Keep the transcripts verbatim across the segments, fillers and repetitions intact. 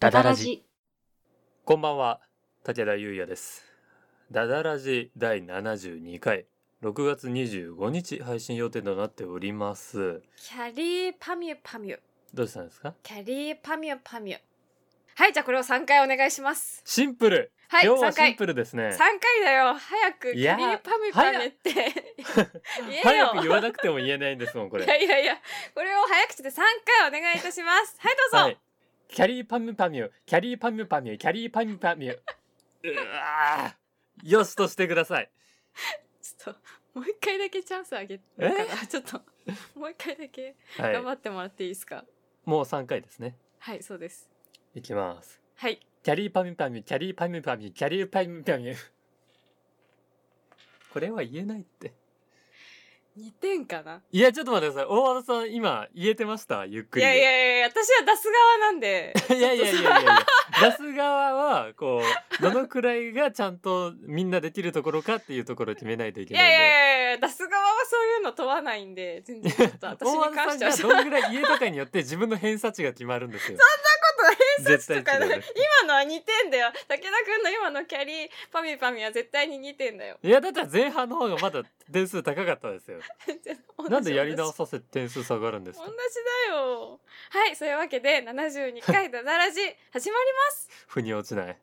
ダダラジ。 こんばんは、武田優也です。ダダラジだいななじゅうにかい、ろくがつにじゅうごにち配信予定となっております。 キャリーパミュパミュ。 どうしたんですか？ キャリーパミュパミュ。はい、じゃあこれをさんかいお願いします。 シンプル。 はい、 今日はシンプルですね。 さんかいだよ。早くキャリーパミュパミュって言えよ。 早く言わなくても言えないんですもんこれ。 いやいやいや、これを早口でさんかいお願いいたします。はいどうぞ。はい、 キャリーパミュパミュ、キャリーパミュパミュ、キャリーパミュパミュ。うわー、よしとしてください。 ちょっともう一回だけチャンスあげるからちょっともう一回だけ頑張ってもらっていいですか？はい、 もうさんかいですね。 はい、そうです。 いきます。 はい。 キャリーパミュパミュ、キャリーパミュパミュ、キャリーパミュパミュ。これは言えないって。 にてんかな。 いやちょっと待ってください。大和田さん今言えてました？ゆっくり。 いやいやいや、私は出す側なんで。 いやいやいやいやいや。出す側はこうどのくらいがちゃんとみんなできるところかっていうところを決めないといけないんで。 いやいやいや、出す側はそういうの問わないんで、全然ちょっと私に関しては。 大和田さんがどんぐらい言えたかによって自分の偏差値が決まるんですよ。 そんなこと偏差値とかない。今のはにてんだよ。武田くんの今のキャリーパミュパミュは絶対ににてんだよ。 いやだったら前半の方がまだ点数高かったですよ。なんでやり直させて点数下がるんですか？ 同じだよ。はい、そういうわけでななじゅうにかいダダラジ始まります。 腑に落ちない。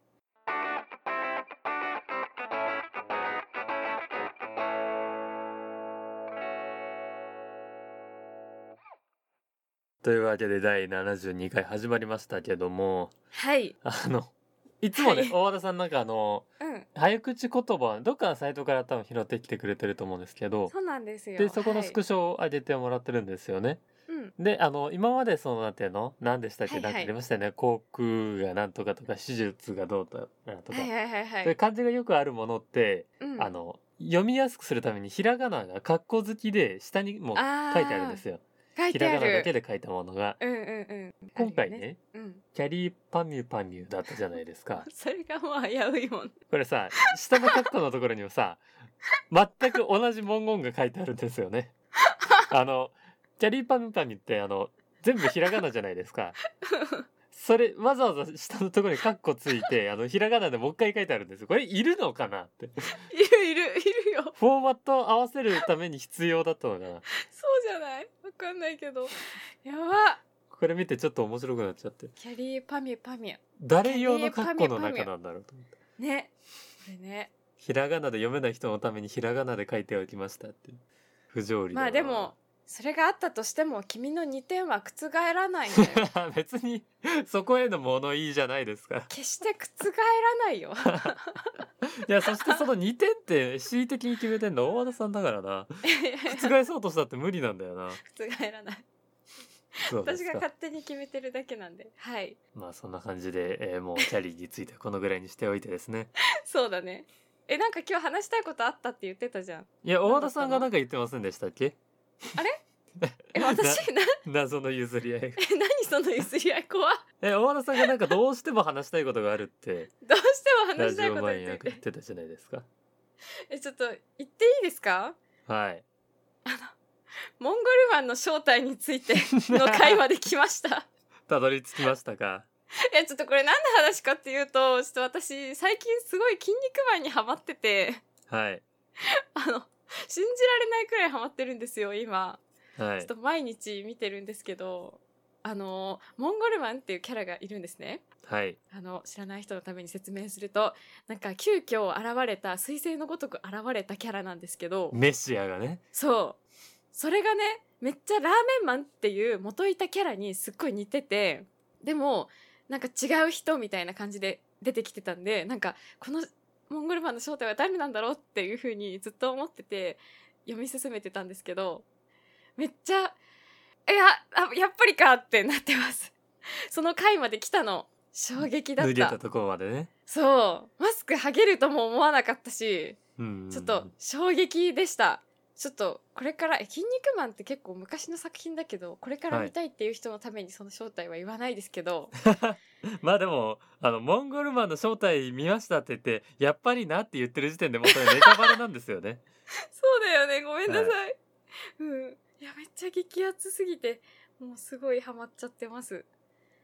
というわけでだいななじゅうにかい始まりましたけども、 はい、 あのいつもね、はい、大和田さんなんかあの、うん、早口言葉どっかのサイトから多分拾ってきてくれてると思うんですけど、 そうなんですよ。 でそこのスクショを上げてもらってるんですよね。はい、であの今までそのなんていうの何でしたっけ、はいはい、なんかありましたよね。口腔がなんとかとか手術がどうとかとか、はいはいはいはい、そういう漢字がよくあるものって、うん、あの読みやすくするためにひらがながカッコ付きで下にも書いてあるんですよ。ひらがなだけで書いたものが、うんうんうん、今回ね、ね、うん、キャリーパミュパミュだったじゃないですか。 それがもう危ういもん。 これさ、下のカッコのところにもさ全く同じ文言が書いてあるんですよね。あのキャリーパミュパミュってあの全部ひらがなじゃないですか。それわざわざ下のところにカッコついてあのひらがなでもう一回書いてあるんですよ。これいるのかなって。 いるいるいるよ。 フォーマットを合わせるために必要だったのかな。そうじゃない？わかんないけど。やば。 これ見てちょっと面白くなっちゃって。 キャリーパミュパミュ。 誰用のカッコの中なんだろうと思って。 ね。これね。 ひらがなで読めない人のためにひらがなで書いておきましたって。不条理だな。 まあでも。それがあったとしても君のにてんは覆らないんだよ。 別にそこへの物言いじゃないですか。 決して覆らないよ。 いやそしてそのにてんって恣意的に決めてんの大和田さんだからな。覆そうとしたって無理なんだよな。 覆らない。私が勝手に決めてるだけなんで。はい。 まあそんな感じで、えー、もうキャリーについてはこのぐらいにしておいてですね。 そうだね。えなんか今日話したいことあったって言ってたじゃん。 いや大和田さんがなんか言ってませんでしたっけ？ あれえ私な謎の譲り合い。 え何その譲り合い怖っ。 え大和田さんがなんかどうしても話したいことがあるって。 どうしても話したいことラジオ前になんか言ってたじゃないですか。 えちょっと言っていいですか？ はい。 あのモンゴルマンの正体についての会話で来ました。 たどり着きましたか？ いやちょっとこれ何の話かっていうと、ちょっと私最近すごい筋肉マンにハマってて、 はい。 あの信じられないくらいハマってるんですよ今。はい、ちょっと毎日見てるんですけど、あのモンゴルマンっていうキャラがいるんですね。はい。あの知らない人のために説明すると、なんか急遽現れた彗星のごとく現れたキャラなんですけど、 メシアがね。 そう。それがねめっちゃラーメンマンっていう元いたキャラにすっごい似てて、でもなんか違う人みたいな感じで出てきてたんで、なんかこのモンゴルマンの正体は誰なんだろうっていう風にずっと思ってて読み進めてたんですけど、めっちゃいやあやっぱりかってなってます。その回まで来たの衝撃だった。 脱げたところまでね。 そうマスク剥げるとも思わなかったし、うんうんうん、ちょっと衝撃でした。ちょっとこれからえ筋肉マンって結構昔の作品だけど、これから見たいっていう人のためにその正体は言わないですけど、 はい、まあでもあのモンゴルマンの正体見ましたって言ってやっぱりなって言ってる時点でもうそれネタバレなんですよね。 そうだよね、ごめんなさい、はい、うん、いやめっちゃ激アツすぎてもうすごいハマっちゃってます。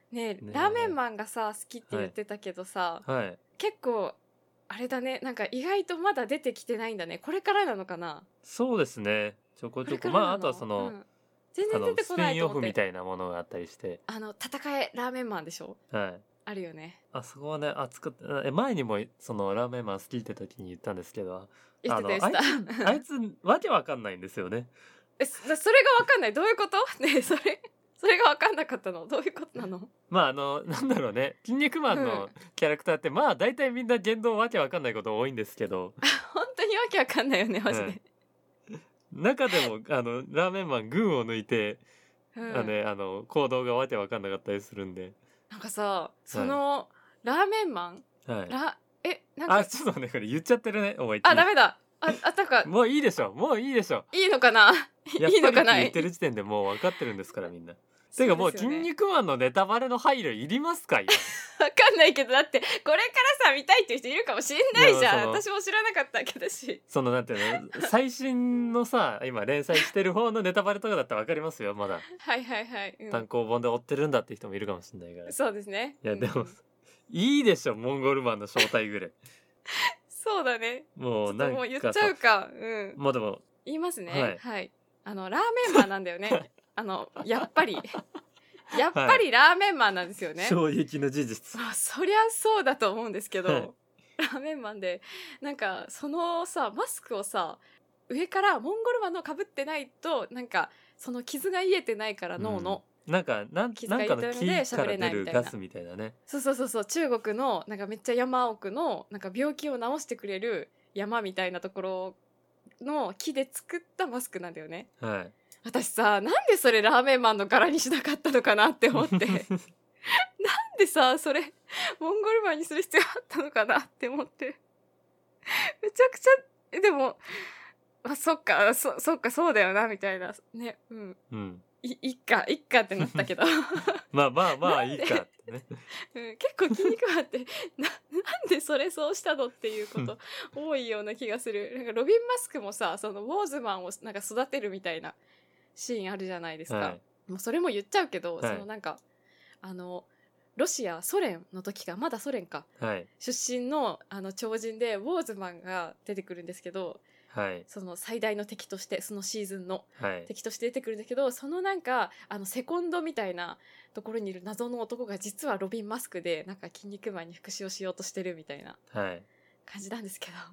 ねねラーメンマンがさ好きって言ってたけどさ、 はい、 結構あれだね、なんか意外とまだ出てきてないんだね。これからなのかな。 そうですね、ちょこちょこまああとはその、うん、 全然出てこないと思って。スピンオフみたいなものがあったりして、 あの戦えラーメンマンでしょ。 はい、あるよね。 あそこはね熱くえ前にもそのラーメンマン好きって時に言ったんですけど、 言ってた言ってたあいつあいつわけわかんないんですよね。 えそれがわかんない。どういうことねそれそれが分かんなかったのどういうことなの。 まああのなんだろうね、筋肉マンのキャラクターって、うん、まあ大体みんな言動わけわかんないこと多いんですけど本当にわけわかんないよねマジで、 うん、中でもあのラーメンマン群を抜いて、うん、あの、ね、あの行動がわけわかんなかったりするんで、 なんかさその、はい、ラーメンマン、はい、ラえなんかあちょっとねこれ言っちゃってるね思いっきり。 あダメだああたかもういいでしょもういいでしょいいのかないいのかない言ってる時点でもう分かってるんですからみんな。てかもう筋肉マンのネタバレの配慮いりますか今。 わかんないけどだってこれからさ見たいっていう人いるかもしんないじゃん。私も知らなかったけどしそのなんていうの最新のさ今連載してる方のネタバレとかだったらわかりますよまだ。 はいはいはい、 うん、単行本で追ってるんだって人もいるかもしれないから。 そうですね。 いやでも、うん、いいでしょモンゴルマンの正体ぐらい。 そうだね。 もうなんかもう言っちゃうか。うんもうでも言いますね。はい、はい、あのラーメンマンなんだよね。あのやっぱりやっぱりラーメンマンなんですよね、はい、 衝撃の事実。 あそりゃそうだと思うんですけど、はい、ラーメンマンでなんかそのさマスクをさ上からモンゴルマンの被ってないとなんかその傷が癒えてないから脳の、 うん、なんかなん傷が癒えてるので喋れないみたいなガスみたいなね。 そうそうそうそう中国のなんかめっちゃ山奥のなんか病気を治してくれる山みたいなところの木で作ったマスクなんだよね。 はい。 私さなんでそれラーメンマンの柄にしなかったのかなって思ってなんでさそれモンゴルマンにする必要あったのかなって思ってめちゃくちゃでもあそっか そ, そっかそうだよなみたいなねうん、うん、い, いっかいっかってなったけどまあまあまあいいかってね、 うん、結構筋肉マンってな, なんでそれそうしたのっていうこと多いような気がする。なんかロビン・マスクもさそのウォーズマンをなんか育てるみたいなシーンあるじゃないですか、はい、もうそれも言っちゃうけど、はい、そのなんかあのロシアソ連の時かまだソ連か、はい、出身 の, あの超人でウォーズマンが出てくるんですけど、はい、その最大の敵としてそのシーズンの敵として出てくるんだけど、はい、そのなんかあのセコンドみたいなところにいる謎の男が実はロビン・マスクでなんか筋肉マンに復讐をしようとしてるみたいな感じなんですけど、はい、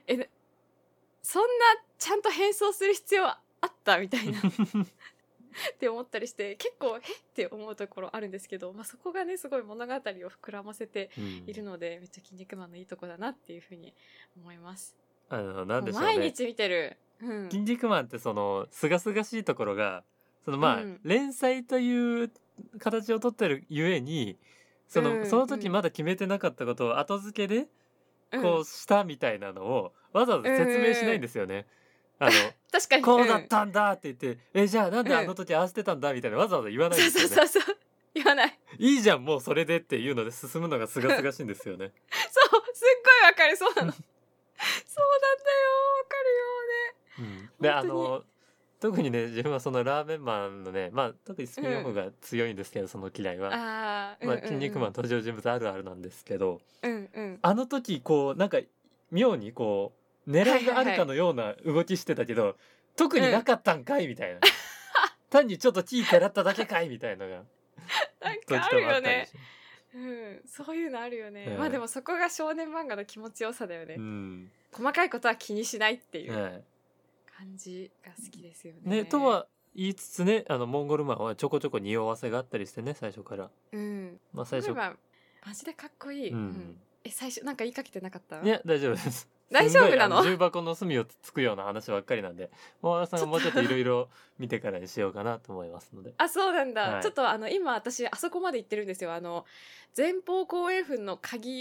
えそんなちゃんと変装する必要はあったみたいなって思ったりして結構えって思うところあるんですけど、まあ、そこがねすごい物語を膨らませているので、うん、めっちゃ筋肉マンのいいとこだなっていうふうに思います。 あのなんでしょうね、 毎日見てる、うん、 筋肉マンってそのすがすがしいところがそのまあ、うん、連載という形をとってるゆえにその、うん、その時まだ決めてなかったことを後付けでこうしたみたいなのをわざわざ説明しないんですよね、うん、あの確かにこうだったんだって言って、うん、えじゃあなんであの時合わせてたんだみたいなわざわざ言わないんですよね。 そうそうそう言わない。 いいじゃんもうそれでっていうので進むのがすがすがしいんですよねそうすっごいわかるそうなのそうなんだよわかるよね、 うん、であの特にね自分はそのラーメンマンのねまあ特にスピンオフが強いんですけど、うん、その嫌いはあ、まあ、筋肉マン登場人物あるあるなんですけど、うんうん、あの時こうなんか妙にこう狙いがあるかのような動きしてたけど、はいはいはい、特になかったんかい、うん、みたいな単にちょっとキーてらっただけかいみたいなのがなんかあるよね、うん、そういうのあるよね、うん、まあでもそこが少年漫画の気持ちよさだよね、うん、細かいことは気にしないっていう、はい感じが好きですよね。 ねとは言いつつねあのモンゴルマンはちょこちょこ匂わせがあったりしてね最初から。うん。まあ最初。マジでかっこいい。うん。うん、え最初なんか言いかけてなかった？ いや大丈夫です。 大丈夫なの？ 重箱の隅をつくような話ばっかりなんで、モアラさんがもうちょっといろいろ見てからにしようかなと思いますので。 あそうなんだ。はい、ちょっとあの今私あそこまで行ってるんですよ。あの前方後円墳の鍵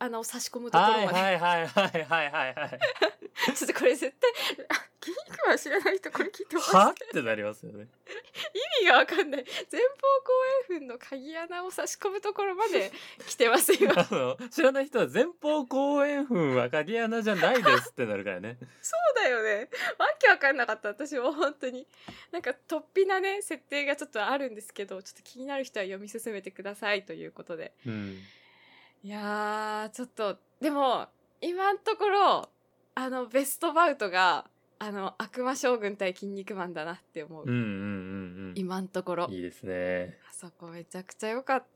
穴を差し込むところまで、 はいはいはいはいはいはいはいちょっとこれ絶対筋肉マン知らない人これ聞いてほしい。 はってなりますよね。 意味がわかんない。前方後円墳の鍵穴を差し込むところまで来てます今あの知らない人は前方後円墳は鍵穴じゃないですってなるからねそうだよね。わけわかんなかった私も本当に。なんか突飛なね設定がちょっとあるんですけど、ちょっと気になる人は読み進めてくださいということで、 うん、 いやーちょっとでも今のところあのベストバウトがあの悪魔将軍対筋肉マンだなって思う、 うんうんうんうん今のところいいですね。 あそこめちゃくちゃ良かった。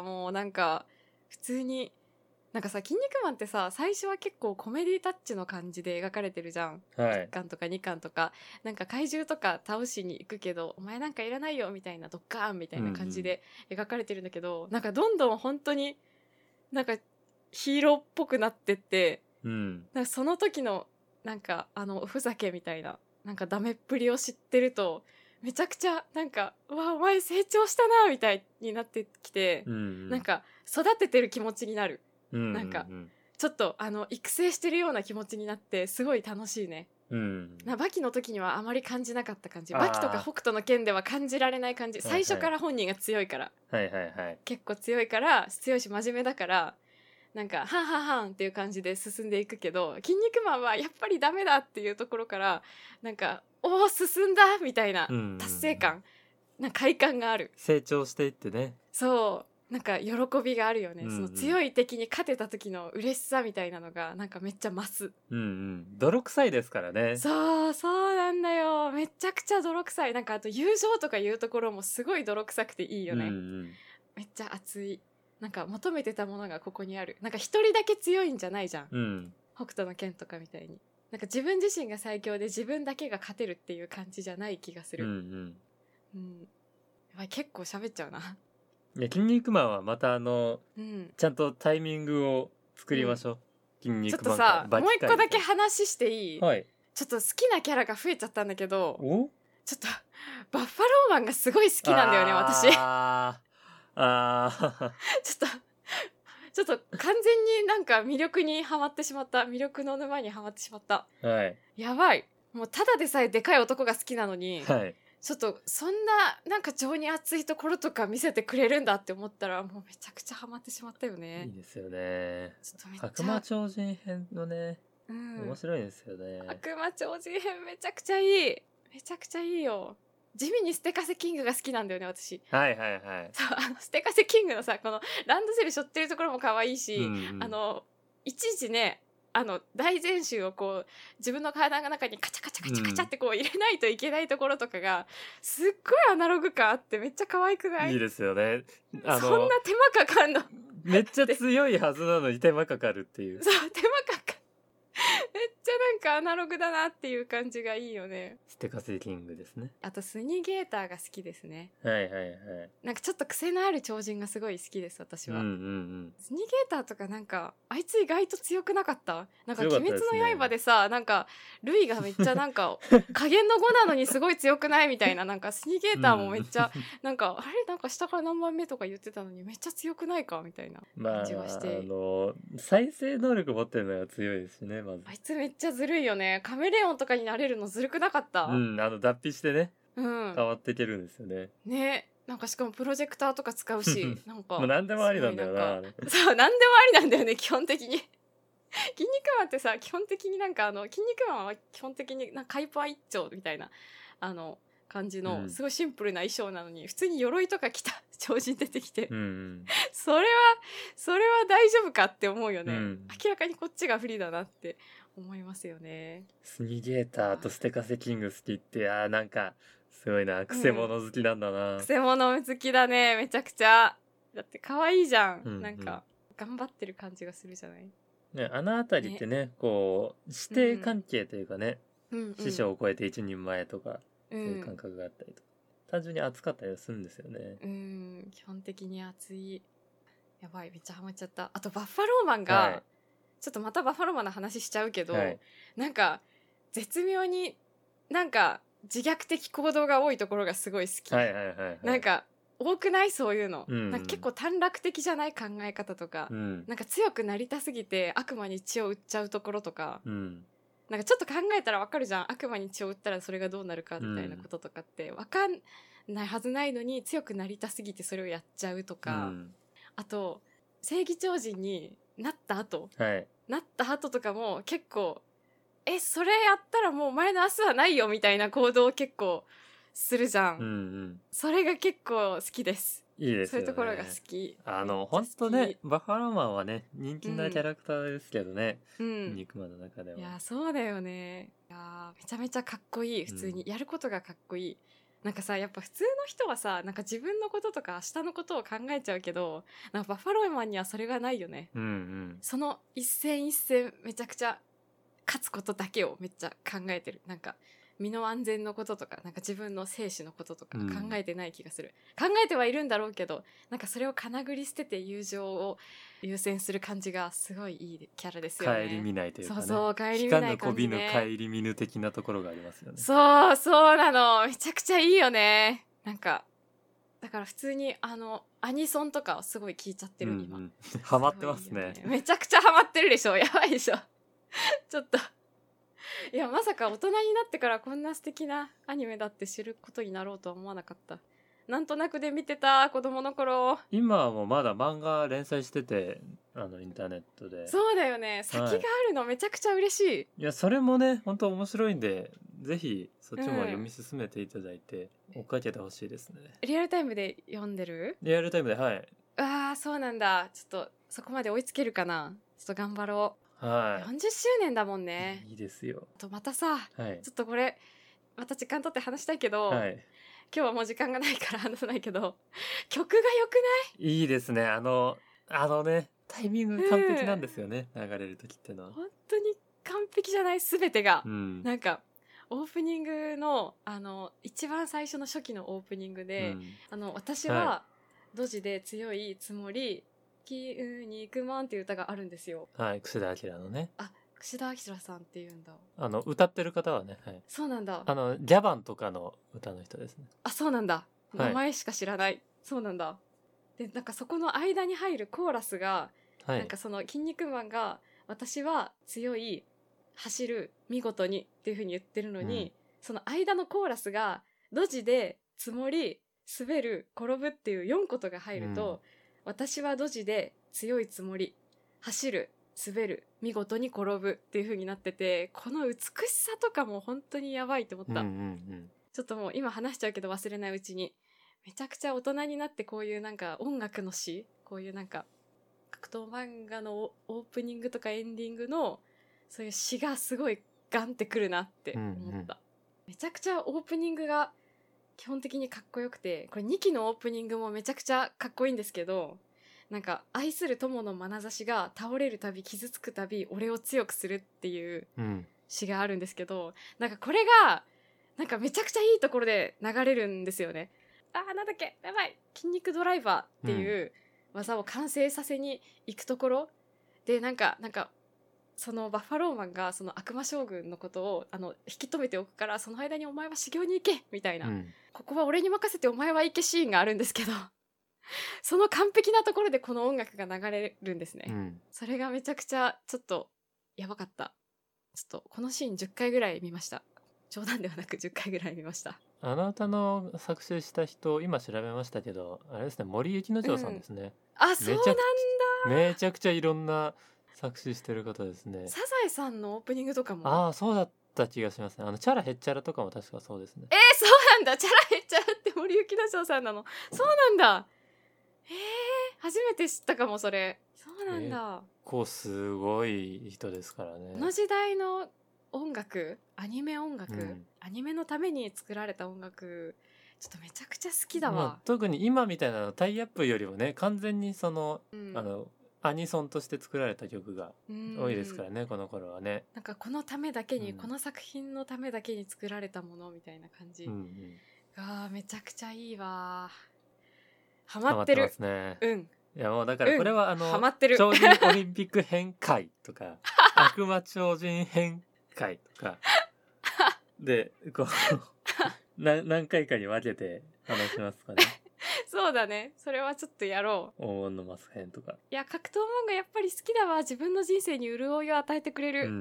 もうなんか普通になんかさ、筋肉マンってさ最初は結構コメディタッチの感じで描かれてるじゃん、 はい、 いっかんとかにかんとかなんか怪獣とか倒しに行くけどお前なんかいらないよみたいなドッカーンみたいな感じで描かれてるんだけど、うんうん、なんかどんどん本当になんかヒーローっぽくなってって、うん、なんかその時のなんかあのおふざけみたいななんかダメっぷりを知ってるとめちゃくちゃなんかうわお前成長したなみたいになってきて、うんうん、なんか育ててる気持ちになる、うんうんうん、なんかちょっとあの育成してるような気持ちになってすごい楽しいね、うん、なバキの時にはあまり感じなかった感じ。バキとか北斗の拳では感じられない感じ、最初から本人が強いから、はいはいはいはい、結構強いから強いし真面目だからなんかはんはんはんっていう感じで進んでいくけど、筋肉マンはやっぱりダメだっていうところからなんかおー進んだみたいな達成感、うんうんうん、なんか快感がある。 成長していってね、 そうなんか喜びがあるよね、うんうん、その強い敵に勝てた時の嬉しさみたいなのがなんかめっちゃ増す、うんうん、 泥臭いですからね。 そうそうなんだよ、めちゃくちゃ泥臭い。なんかあと友情とかいうところもすごい泥臭くていいよね、うんうん、めっちゃ熱い。なんか求めてたものがここにある。なんか一人だけ強いんじゃないじゃん、うん、北斗の拳とかみたいになんか自分自身が最強で自分だけが勝てるっていう感じじゃない気がする、うんうんうん、やばい結構喋っちゃうな。 いや筋肉マンはまたあの、うん、ちゃんとタイミングを作りましょう、うん、筋肉マン。 ちょっとさもう一個だけ話していい、はい、ちょっと好きなキャラが増えちゃったんだけど、おちょっとバッファローマンがすごい好きなんだよね私。ああちょっとちょっと完全になんか魅力にはまってしまった。魅力の沼にはまってしまった、はい、やばい。もうただでさえでかい男が好きなのに、はい、ちょっとそんななんか情に熱いところとか見せてくれるんだって思ったらもうめちゃくちゃハマってしまったよね。 いいですよね。ちょっとめっちゃ悪魔超人編のね、うん、面白いですよね。 悪魔超人編めちゃくちゃいい、めちゃくちゃいいよ。地味にステカセキングが好きなんだよね私。はいはいはい。そうあのステカセキングのさこのランドセル背負ってるところも可愛いし、うんうん、あのいちいちねあの大全集をこう自分の体の中にカチャカチャカチャカチャってこう入れないといけないところとかがすっごいアナログ感あってめっちゃ可愛くない？ いいですよね。あのそんな手間かかんのめっちゃ強いはずなのに手間かかるっていう。 そう手間かかるめっちゃなんかアナログだなっていう感じがいいよね。 ステカセキングですね。 あとスニゲーターが好きですね。 はいはいはい。 なんかちょっと癖のある超人がすごい好きです私は、うんうんうん、スニゲーターとかなんかあいつ意外と強くなかった？なんか鬼滅の刃でさ、なんかルイがめっちゃなんか加減のごなのにすごい強くないみたいな、なんかスニゲーターもめっちゃなんか、あれなんか下から何番目とか言ってたのにめっちゃ強くないかみたいな感じはして、 まあ、あの再生能力持ってるのが強いですしね。まずあいつめっちゃずるいよね。カメレオンとかになれるのずるくなかった？ うんあの脱皮してね、うん、変わっていけるんですよね。 ねなんかしかもプロジェクターとか使うしなんかもう何でもありなんだよな。 そう何でもありなんだよね基本的に筋肉マンってさ基本的になんかあの筋肉マンは基本的になんかカイパー一丁みたいなあの感じのすごいシンプルな衣装なのに、うん、普通に鎧とか着た超人出てきて、うんうん、それはそれは大丈夫かって思うよね、うん、明らかにこっちが不利だなって思いますよね。 スニゲーターとステカセキング好きってあーなんかすごいな、くせ者好きなんだな、 うん、くせ者好きだねめちゃくちゃ。だって可愛いじゃん、うんうん、なんか頑張ってる感じがするじゃない、 ね、あのあたりってね、ねこう師弟関係というかね、うん、師匠を超えて一人前とか、うん、そういう感覚があったりとか、単純に熱かったりするんですよね。 うん基本的に熱い。やばいめっちゃハマっちゃった。あとバッファローマンが、はい、ちょっとまたバッファローマンの話しちゃうけど、はい、なんか絶妙になんか自虐的行動が多いところがすごい好き、はいはいはいはい、なんか多くないそういうの、 うんうん、 なんか結構短絡的じゃない考え方とか、 うん、 なんか強くなりたすぎて悪魔に血を売っちゃうところとか、 うん、 なんかちょっと考えたらわかるじゃん、悪魔に血を売ったらそれがどうなるかみたいなこととかってわかんないはずないのに強くなりたすぎてそれをやっちゃうとか、うん、あと正義超人になった後、はい、なった後とかも結構えそれやったらもう前の明日はないよみたいな行動を結構するじゃん、うんうん、それが結構好きです。 いいですよね。 そういうところが好き。 あの本当ね、バッファローマンはね人気なキャラクターですけどね、 うん、 肉まんの中では。 いやそうだよね。いやめちゃめちゃかっこいい。普通に、うん、やることがかっこいい。なんかさやっぱ普通の人はさなんか自分のこととか明日のことを考えちゃうけど、なんかバッファローマンにはそれがないよね、 うんうん、 その一戦一戦めちゃくちゃ勝つことだけをめっちゃ考えてる。なんか身の安全のこととかなんか自分の生死のこととか考えてない気がする、うん、考えてはいるんだろうけどなんかそれをかなぐり捨てて友情を優先する感じがすごいいいキャラですよね。 顧みないというかね、 そうそう顧みない感じね、 引かぬこびぬ顧みぬ的なところがありますよね。 そうそうなの、めちゃくちゃいいよね。なんかだから普通にあのアニソンとかをすごい聞いちゃってる、うんうん、 今ハマってますね。 めちゃくちゃハマってるでしょ、やばいでしょちょっといやまさか大人になってからこんな素敵なアニメだって知ることになろうとは思わなかった。なんとなくで見てた子供の頃。 今はもうまだ漫画連載してて、あのインターネットで。 そうだよね、先があるのめちゃくちゃ嬉しい、はい、 いやそれもね本当面白いんでぜひそっちも読み進めていただいて、うん、追っかけてほしいですね。 リアルタイムで読んでる？ リアルタイムで、はい。 ああそうなんだ。ちょっとそこまで追いつけるかな。ちょっと頑張ろう。はい、よんじゅっしゅうねんだもんね。 いいですよ。 とまたさ、はい、ちょっとこれまた時間取って話したいけど、はい、今日はもう時間がないから話さないけど曲が良くない？ いいですね。あのあのねタイミング完璧なんですよね、うん、流れる時ってのは本当に完璧じゃない？全てが、うん、なんかオープニングのあの一番最初の初期のオープニングで、うん、あの私はドジで強いつもり、気に行くまんっていう歌があるんですよ。 はい、櫛田明のね。 あ、櫛田明さんっていうんだ。 あの歌ってる方はね、はい、 そうなんだ。 あのギャバンとかの歌の人ですね。 あ、そうなんだ。名前しか知らない、はい、そうなんだ。でなんかそこの間に入るコーラスが、はい、なんかその筋肉マンが私は強い、走る、見事にっていう風に言ってるのに、うん、その間のコーラスがドジでつもり、滑る、転ぶっていうよんことが入ると、うん、私はドジで強いつもり、走る、滑る、見事に転ぶっていう風になってて、この美しさとかも本当にやばいって思った、うんうんうん、ちょっともう今話しちゃうけど忘れないうちに、めちゃくちゃ大人になってこういうなんか音楽の詩、こういうなんか格闘漫画のオープニングとかエンディングのそういう詩がすごいガンってくるなって思った、うんうん、めちゃくちゃオープニングが基本的にかっこよくて、これにきのオープニングもめちゃくちゃかっこいいんですけど、なんか愛する友の眼差しが倒れるたび傷つくたび俺を強くするっていう詩があるんですけど、うん、なんかこれがなんかめちゃくちゃいいところで流れるんですよね。あーなんだっけやばい、筋肉ドライバーっていう技を完成させに行くところ、うん、でなんかなんかそのバッファローマンがその悪魔将軍のことをあの引き止めておくからその間にお前は修行に行けみたいな、うん、ここは俺に任せてお前は行けシーンがあるんですけどその完璧なところでこの音楽が流れるんですね、うん、それがめちゃくちゃちょっとやばかった。ちょっとこのシーンじゅっかいぐらい見ました。冗談ではなくじゅっかいぐらい見ました。 あの歌の作詞した人今調べましたけどあれですね、森幸之丞さんですね、 うん、あそうなんだ。 めちゃくちゃいろんな作詞してる方ですね。 サザエさんのオープニングとかもああそうだった気がしますね。あのチャラヘッチャラとかも確かそうですね。 えー、そうなんだ。チャラヘッチャラって森幸之丞さんなの。そうなんだ。えー、初めて知ったかもそれ。そうなんだ。 こうすごい人ですからね。 この時代の音楽、アニメ音楽、うん、アニメのために作られた音楽ちょっとめちゃくちゃ好きだわ、まあ、 特に今みたいなタイアップよりもね完全にその、うん、あのアニソンとして作られた曲が多いですからね、この頃はね。 なんかこのためだけに、うん、この作品のためだけに作られたものみたいな感じ、うんうん、がめちゃくちゃいいわ。ハマってる。ハマってますね。うん。 いやもうだからこれは、うん、あのハマってる超人オリンピック編会とか悪魔超人編会とかでこうな何回かに分けて話しますかね。 そうだね、それはちょっとやろう。黄金のマス編とか。 いや格闘漫画やっぱり好きだわ。自分の人生に潤いを与えてくれる、 うんうんうん、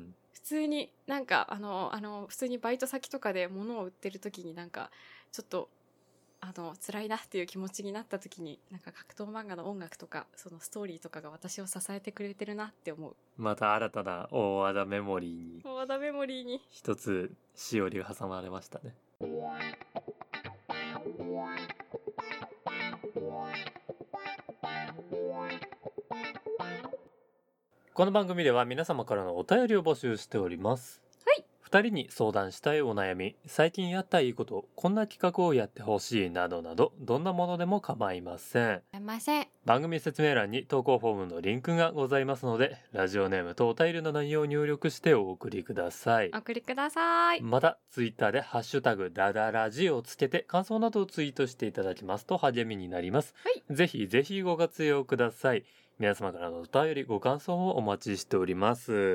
普通になんかあのあの普通にバイト先とかで物を売ってる時になんかちょっとあの辛いなっていう気持ちになった時になんか格闘漫画の音楽とかそのストーリーとかが私を支えてくれてるなって思う。 また新たな大和田メモリーに大和田メモリーに一つしおりが挟まれましたね。この番組では皆様からのお便りを募集しております。 はい。 ふたりに相談したいお悩み、最近やったいいこと、こんな企画をやってほしいなどなど、どんなものでも構いません。 すいません。 番組説明欄に投稿フォームのリンクがございますので、ラジオネームとお便りの内容を入力してお送りください。 お送りください。 またツイッターでハッシュタグダダラジをつけて感想などをツイートしていただきますと励みになります。 はい。 ぜひぜひご活用ください。皆様からのお便りご感想をお待ちしております。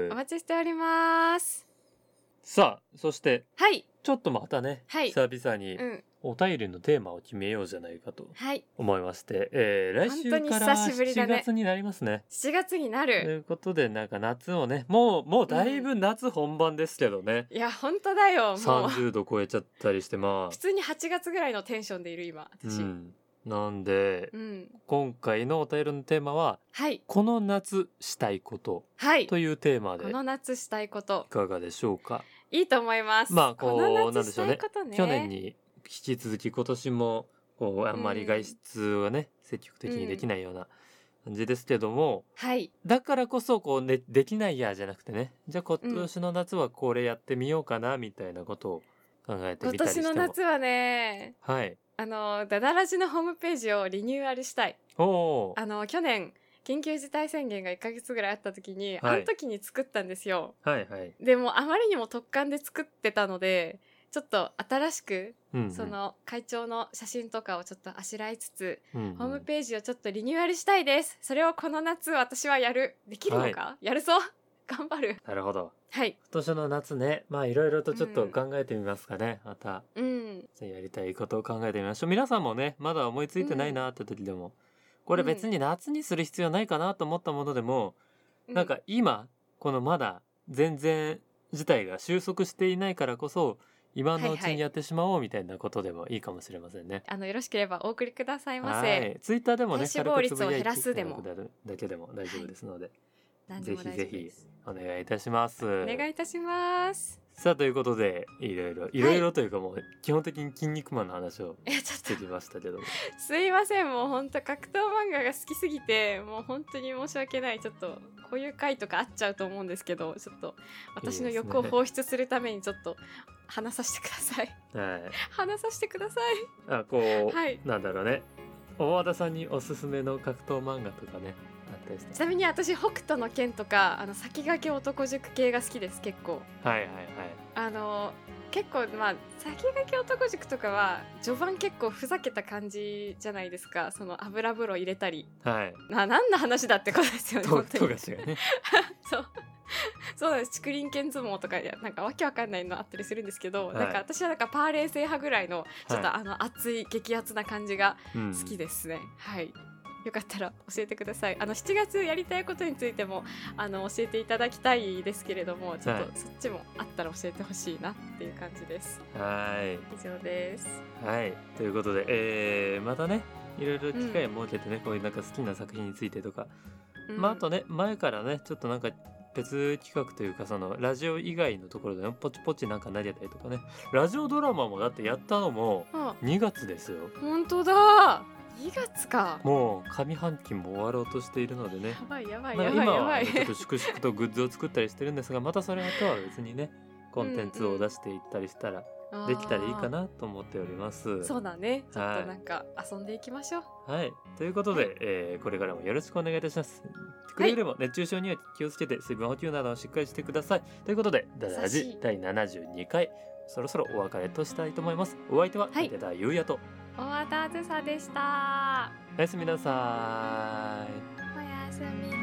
お待ちしております。 さあ、そしてはいちょっとまたね、 はい、 久々にうんお便りのテーマを決めようじゃないかとはい思いまして、えー、来週からしちがつになりますね。 しちがつになといる。 うことでなんか夏をね、もうもうだいぶ夏本番ですけどね、 いや本当だよ、もうさんじゅうど超えちゃったりして、まあ普通にはちがつぐらいのテンションでいる今私、 うん、なんで、 うん、 今回のお便りのテーマは、 はい、 この夏したいことというテーマで、 この夏したいこといかがでしょうか。 いいと思います。 まあこうこのなんでしょうね、 ね、 去年に引き続き今年もこうあんまり外出はね、うん、積極的にできないような感じですけども、 うん、はい、 だからこそこう、ね、できないやじゃなくてね、じゃあ今年の夏はこれやってみようかなみたいなことを考えてみたりしても、 今年の夏はね、 はいあのダダラジのホームページをリニューアルしたい。 おあの去年緊急事態宣言がいっかげつぐらいあった時に、はい、あの時に作ったんですよ。 はいはい。 でもあまりにも突貫で作ってたのでちょっと新しく、うんうん、その会長の写真とかをちょっとあしらいつつ、うんうん、ホームページをちょっとリニューアルしたいです。それをこの夏私はやる。できるのか、はい、やるぞ頑張る。 なるほど。 はい。 今年の夏ね、まあいろいろとちょっと考えてみますかね、うん、また、 うん、 やりたいことを考えてみましょう。皆さんもね、まだ思いついてないなって時でも、うん、これ別に夏にする必要ないかなと思ったものでも、うん、なんか今このまだ全然事態が収束していないからこそ今のうちにやってしまおうみたいなことでもいいかもしれませんね。はいはい、 あのよろしければお送りくださいませ。 はい、ツイッターでもね、 死亡率を減らすでもだけでも大丈夫ですので、 はい、 ぜひぜひお願いいたします。 お願いいたします。 さあということでいろいろいろいろというかもう基本的に筋肉マンの話をしてきましたけどもすいません、もう本当格闘漫画が好きすぎてもう本当に申し訳ない。ちょっとこういう回とかあっちゃうと思うんですけど、ちょっと私の欲を放出するためにちょっと話させてください。はい、話させてください。 あこう、はい、なんだろうね、大和田さんにおすすめの格闘漫画とかね。 ちなみに私北斗の拳とかあの先駆け男塾系が好きです。結構はいはいはい、 あの結構まあ先駆け男塾とかは序盤結構ふざけた感じじゃないですか。その油風呂入れたり、はい、な何の話だってことですよね。本当にねそうそうなんです。竹林剣相撲とかなんかわけわかんないのあったりするんですけど、はい、なんか私はなんかパーレー制覇ぐらいのちょっとあの熱い激アツな感じが好きですね、うん、はい。よかったら教えてください。あのしちがつやりたいことについてもあの教えていただきたいですけれども、ちょっとそっちもあったら教えてほしいなっていう感じです。はい以上です。 はいということで、えー、またねいろいろ機会を設けてね、うん、こういうなんか好きな作品についてとか、うん、まああとね前からねちょっとなんか別企画というかそのラジオ以外のところで、ね、ポチポチなんか投げたりとかね、ラジオドラマもだってやったのもにがつですよ。 本当だ、にがつか。 もう上半期も終わろうとしているのでね、やばいやばいやばいやばい、 今はちょっと粛々とグッズを作ったりしてるんですが、またそれとは別にねコンテンツを出していったりしたらできたらいいかなと思っております。 そうだね、ちょっとなんか遊んでいきましょう。 はい、ということで、はい、えー、これからもよろしくお願いいたします。くれぐれも熱中症には気をつけて水分補給などをしっかりしてください。ということでダダラジだいななじゅうにかいそろそろお別れとしたいと思います。お相手は武田優也と大和田あずさでした。 おやすみなさい。 おやすみ。